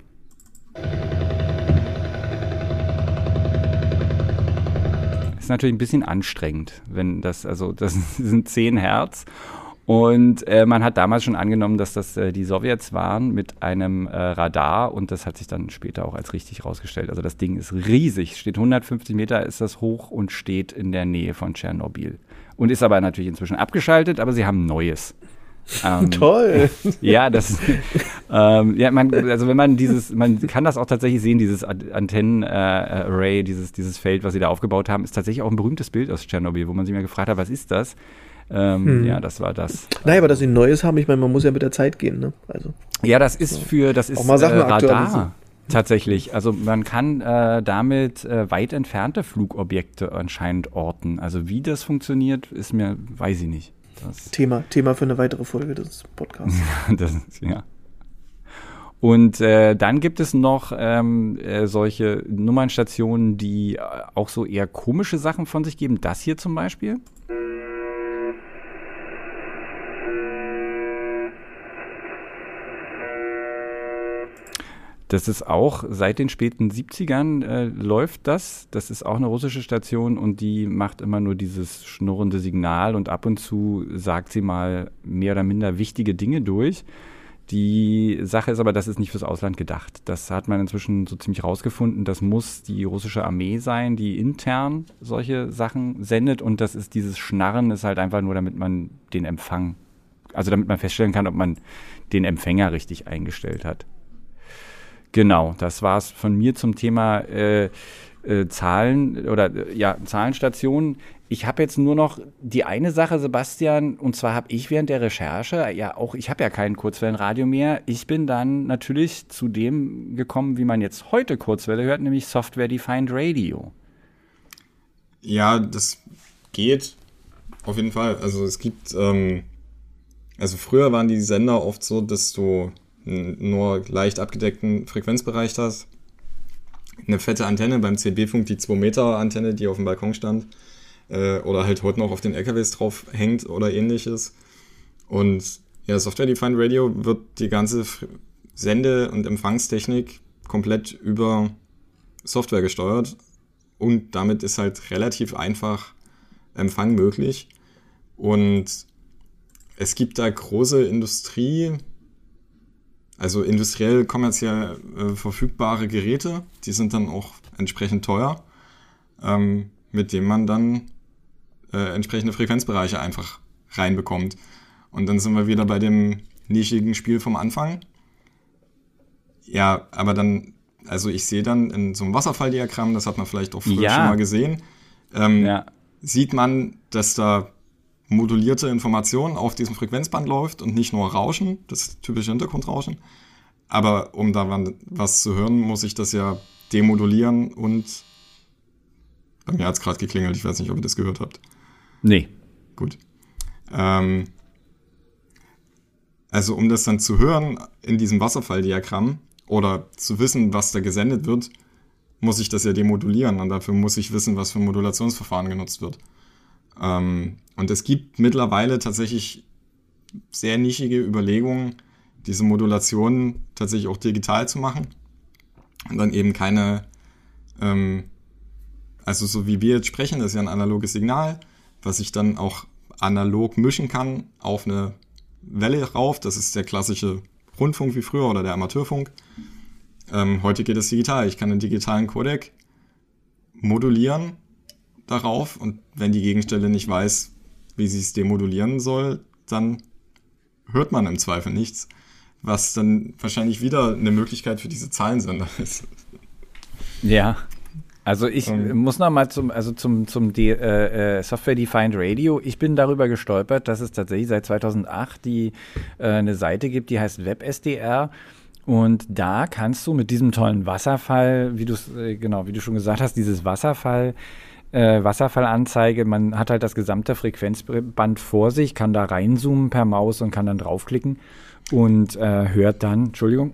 Ist natürlich ein bisschen anstrengend, wenn das, also das sind zehn Hertz und äh, man hat damals schon angenommen, dass das äh, die Sowjets waren mit einem äh, Radar und das hat sich dann später auch als richtig rausgestellt. Also das Ding ist riesig, steht hundertfünfzig Meter, ist das hoch und steht in der Nähe von Tschernobyl und ist aber natürlich inzwischen abgeschaltet, aber sie haben ein neues. Ähm, Toll. Ja, das ähm, ja, man, also wenn man dieses, man kann das auch tatsächlich sehen, dieses Antennen-Array, äh, dieses, dieses Feld, was sie da aufgebaut haben, ist tatsächlich auch ein berühmtes Bild aus Tschernobyl, wo man sich mal gefragt hat, was ist das? Ähm, hm. Ja, das war das. Naja, aber dass sie ein neues haben, ich meine, man muss ja mit der Zeit gehen, ne? Also. Ja, das ist für, das ist auch mal Sachen äh, Radar. Tatsächlich. Also man kann äh, damit äh, weit entfernte Flugobjekte anscheinend orten. Also wie das funktioniert, ist mir, weiß ich nicht. Das Thema, Thema für eine weitere Folge des Podcasts. das ist, ja. Und äh, dann gibt es noch ähm, äh, solche Nummernstationen, die äh, auch so eher komische Sachen von sich geben. Das hier zum Beispiel. Das ist auch seit den späten siebzigern äh, läuft das. Das ist auch eine russische Station und die macht immer nur dieses schnurrende Signal und ab und zu sagt sie mal mehr oder minder wichtige Dinge durch. Die Sache ist aber, das ist nicht fürs Ausland gedacht. Das hat man inzwischen so ziemlich rausgefunden. Das muss die russische Armee sein, die intern solche Sachen sendet und das ist dieses Schnarren ist halt einfach nur, damit man den Empfang, also damit man feststellen kann, ob man den Empfänger richtig eingestellt hat. Genau, das war es von mir zum Thema äh, äh, Zahlen oder äh, ja Zahlenstationen. Ich habe jetzt nur noch die eine Sache, Sebastian, und zwar habe ich während der Recherche, ja auch, ich habe ja kein Kurzwellenradio mehr, ich bin dann natürlich zu dem gekommen, wie man jetzt heute Kurzwelle hört, nämlich Software-Defined Radio. Ja, das geht auf jeden Fall. Also es gibt, ähm, also früher waren die Sender oft so, dass du nur leicht abgedeckten Frequenzbereich hast. Eine fette Antenne beim C B-Funk, die zwei Meter Antenne, die auf dem Balkon stand, äh, oder halt heute noch auf den L K Ws drauf hängt oder ähnliches. Und ja, Software-Defined Radio wird die ganze Sende- und Empfangstechnik komplett über Software gesteuert und damit ist halt relativ einfach Empfang möglich. Und es gibt da große Industrie, also industriell, kommerziell äh, verfügbare Geräte, die sind dann auch entsprechend teuer, ähm, mit denen man dann äh, entsprechende Frequenzbereiche einfach reinbekommt. Und dann sind wir wieder bei dem nischigen Spiel vom Anfang. Ja, aber dann, also ich sehe dann in so einem Wasserfalldiagramm, das hat man vielleicht auch früher ja. schon mal gesehen, ähm, ja. sieht man, dass da modulierte Information auf diesem Frequenzband läuft und nicht nur Rauschen, das typische Hintergrundrauschen. Aber um da was zu hören, muss ich das ja demodulieren und bei mir hat es gerade geklingelt, ich weiß nicht, ob ihr das gehört habt. Nee. Gut. Ähm, also um das dann zu hören in diesem Wasserfalldiagramm oder zu wissen, was da gesendet wird, muss ich das ja demodulieren und dafür muss ich wissen, was für ein Modulationsverfahren genutzt wird. Ähm, und es gibt mittlerweile tatsächlich sehr nischige Überlegungen, diese Modulation tatsächlich auch digital zu machen und dann eben keine, ähm, also so wie wir jetzt sprechen, das ist ja ein analoges Signal, was ich dann auch analog mischen kann auf eine Welle rauf, das ist der klassische Rundfunk wie früher oder der Amateurfunk. Ähm, heute geht es digital, ich kann einen digitalen Codec modulieren darauf und wenn die Gegenstelle nicht weiß, wie sie es demodulieren soll, dann hört man im Zweifel nichts, was dann wahrscheinlich wieder eine Möglichkeit für diese Zahlensender ist. Ja, also ich ähm. muss noch mal zum, also zum, zum De- äh, Software-Defined Radio. Ich bin darüber gestolpert, dass es tatsächlich seit zweitausendacht die, äh, eine Seite gibt, die heißt WebSDR. Und da kannst du mit diesem tollen Wasserfall, wie du äh, genau, wie du schon gesagt hast, dieses Wasserfall, äh, Wasserfallanzeige, man hat halt das gesamte Frequenzband vor sich, kann da reinzoomen per Maus und kann dann draufklicken und äh, hört dann, Entschuldigung,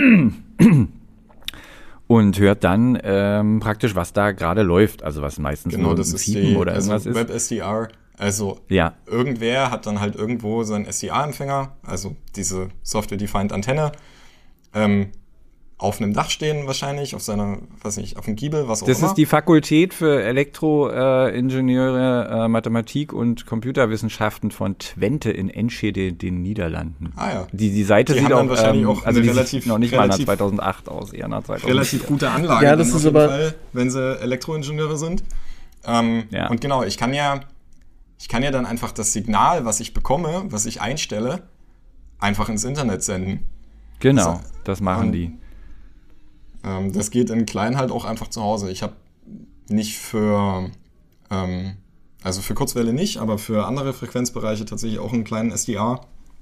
und hört dann ähm, praktisch, was da gerade läuft, also was meistens genau, nur das ein ist Piepen die, oder also irgendwas ist. WebSDR, also ja. Irgendwer hat dann halt irgendwo seinen S D A-Empfänger, also diese Software-Defined Antenne, ähm, auf einem Dach stehen wahrscheinlich, auf seiner, weiß nicht, auf dem Giebel, was auch das immer. Das ist die Fakultät für Elektroingenieure, äh, Mathematik und Computerwissenschaften von Twente in Enschede, den Niederlanden. Ah ja. Die, die Seite die sieht auch, wahrscheinlich ähm, auch also eine die relativ, sieht noch nicht relativ, mal nach zweitausendacht aus, eher nach zweitausendvier. Relativ gute Anlage, ja, das ist auf jeden aber Fall, wenn sie Elektroingenieure sind. Ähm, ja. Und genau, ich kann ja, ich kann ja dann einfach das Signal, was ich bekomme, was ich einstelle, einfach ins Internet senden. Genau, das, das machen und, die. Ähm, das geht in klein halt auch einfach zu Hause. Ich habe nicht für, ähm, also für Kurzwelle nicht, aber für andere Frequenzbereiche tatsächlich auch einen kleinen S D A,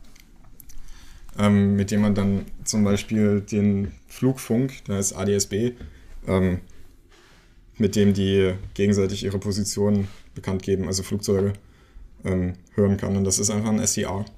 ähm, mit dem man dann zum Beispiel den Flugfunk, der heißt A D S B, ähm, mit dem die gegenseitig ihre Position bekannt geben, also Flugzeuge, ähm, hören kann. Und das ist einfach ein S D A.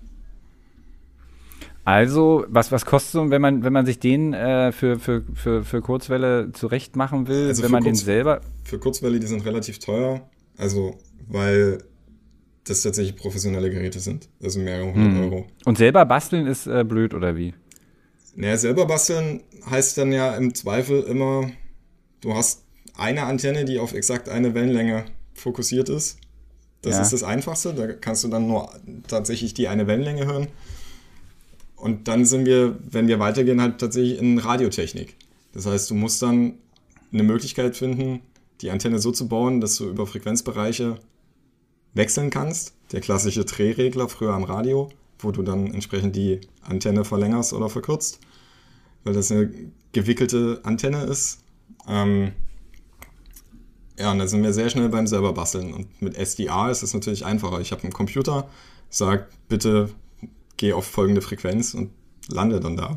Also, was, was kostet es, wenn man, wenn man sich den äh, für, für, für, für Kurzwelle zurecht machen will, also wenn man Kurz, den selber... Für Kurzwelle, die sind relativ teuer, also weil das tatsächlich professionelle Geräte sind, also mehrere hundert hm. Euro. Und selber basteln ist äh, blöd, oder wie? Naja, selber basteln heißt dann ja im Zweifel immer, du hast eine Antenne, die auf exakt eine Wellenlänge fokussiert ist. Das ja. ist das Einfachste, da kannst du dann nur tatsächlich die eine Wellenlänge hören. Und dann sind wir, wenn wir weitergehen, halt tatsächlich in Radiotechnik. Das heißt, du musst dann eine Möglichkeit finden, die Antenne so zu bauen, dass du über Frequenzbereiche wechseln kannst. Der klassische Drehregler früher am Radio, wo du dann entsprechend die Antenne verlängerst oder verkürzt, weil das eine gewickelte Antenne ist. Ähm ja, und da sind wir sehr schnell beim selber basteln. Und mit S D A ist es natürlich einfacher. Ich habe einen Computer, sag bitte geh auf folgende Frequenz und lande dann da.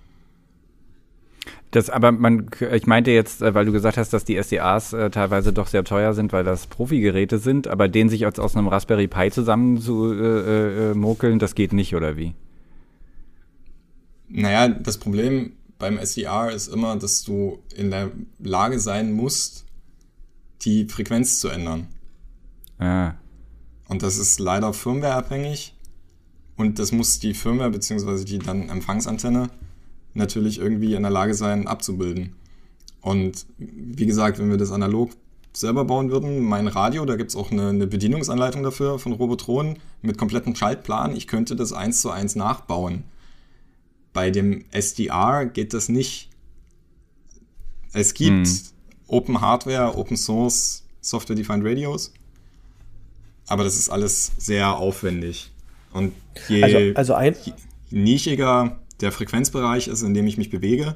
Das aber, man, ich meinte jetzt, weil du gesagt hast, dass die S D As äh, teilweise doch sehr teuer sind, weil das Profi-Geräte sind, aber den sich aus, aus einem Raspberry Pi zusammen zu äh, äh, mokeln, das geht nicht, oder wie? Naja, das Problem beim S D A ist immer, dass du in der Lage sein musst, die Frequenz zu ändern. Ah. Und das ist leider firmwareabhängig. Und das muss die Firmware bzw. die dann Empfangsantenne natürlich irgendwie in der Lage sein, abzubilden. Und wie gesagt, wenn wir das analog selber bauen würden, mein Radio, da gibt es auch eine, eine Bedienungsanleitung dafür von Robotron mit komplettem Schaltplan. Ich könnte das eins zu eins nachbauen. Bei dem S D R geht das nicht. Es gibt hm. Open Hardware, Open Source, Software-Defined Radios, aber das ist alles sehr aufwendig. Und je, also, also ein je nischiger der Frequenzbereich ist, in dem ich mich bewege,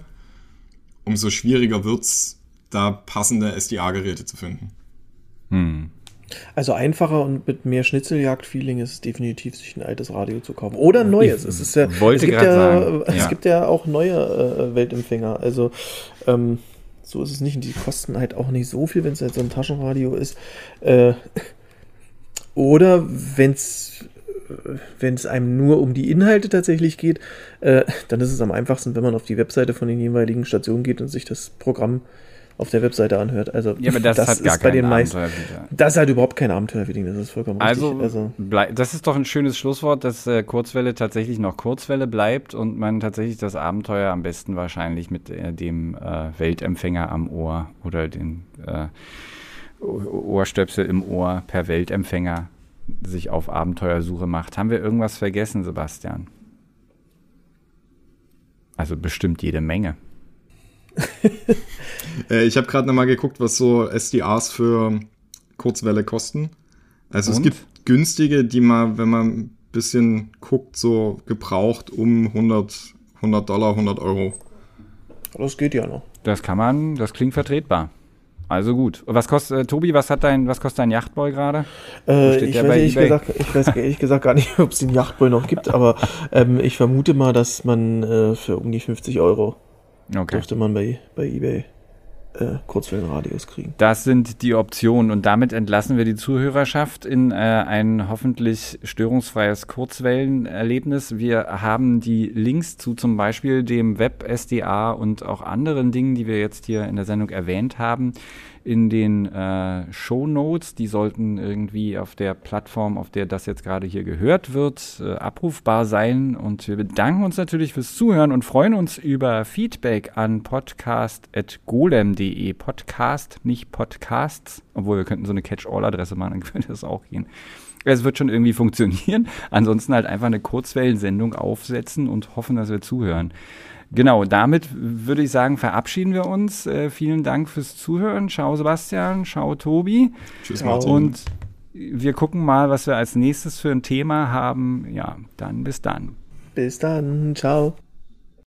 umso schwieriger wird es, da passende S D A-Geräte zu finden. Hm. Also einfacher und mit mehr Schnitzeljagd-Feeling ist es definitiv, sich ein altes Radio zu kaufen. Oder ein neues. Es, ist ja, wollte es, gibt gerade ja, sagen, es ja. gibt ja auch neue äh, Weltempfänger. Also ähm, so ist es nicht. Und die kosten halt auch nicht so viel, wenn es halt so ein Taschenradio ist. Äh, oder wenn es wenn es einem nur um die Inhalte tatsächlich geht, äh, dann ist es am einfachsten, wenn man auf die Webseite von den jeweiligen Stationen geht und sich das Programm auf der Webseite anhört. Also Ja, aber das, das hat gar ist bei kein den meisten. Abenteuer. Das ist halt überhaupt kein Abenteuerfeeling, das ist vollkommen Also, richtig. Also blei- das ist doch ein schönes Schlusswort, dass äh, Kurzwelle tatsächlich noch Kurzwelle bleibt und man tatsächlich das Abenteuer am besten wahrscheinlich mit äh, dem äh, Weltempfänger am Ohr oder den äh, Ohrstöpsel im Ohr per Weltempfänger sich auf Abenteuersuche macht. Haben wir irgendwas vergessen, Sebastian? Also bestimmt jede Menge. äh, ich habe gerade nochmal geguckt, was so S D As für Kurzwelle kosten. Also Und? es gibt günstige, die man, wenn man ein bisschen guckt, so gebraucht um hundert Dollar, hundert Euro. das geht ja noch. Das kann man, das klingt vertretbar. Also gut. Was kostet, äh, Tobi, was hat dein, was kostet dein Yachtboy gerade? Äh, steht ich, der weiß bei ehrlich eBay? gesagt, ich weiß ehrlich gesagt gar nicht, ob es den Yachtboy noch gibt, aber ähm, ich vermute mal, dass man äh, für um die fünfzig Euro Okay. dürfte man bei, bei eBay äh, Kurzwellenradios kriegen. Das sind die Optionen und damit entlassen wir die Zuhörerschaft in äh, ein hoffentlich störungsfreies Kurzwellenerlebnis. Wir haben die Links zu zum Beispiel dem Web-S D A und auch anderen Dingen, die wir jetzt hier in der Sendung erwähnt haben, in den äh, Shownotes. Die sollten irgendwie auf der Plattform, auf der das jetzt gerade hier gehört wird, äh, abrufbar sein. Und wir bedanken uns natürlich fürs Zuhören und freuen uns über Feedback an podcast at golem punkt de. Podcast, nicht Podcasts. Obwohl, wir könnten so eine Catch-all-Adresse machen, dann könnte das auch gehen. Es wird schon irgendwie funktionieren. Ansonsten halt einfach eine Kurzwellensendung aufsetzen und hoffen, dass wir zuhören. Genau, damit würde ich sagen, verabschieden wir uns. Äh, vielen Dank fürs Zuhören. Ciao Sebastian, ciao Tobi. Tschüss, Ciao. Martin. Und wir gucken mal, was wir als nächstes für ein Thema haben. Ja, dann bis dann. Bis dann, ciao.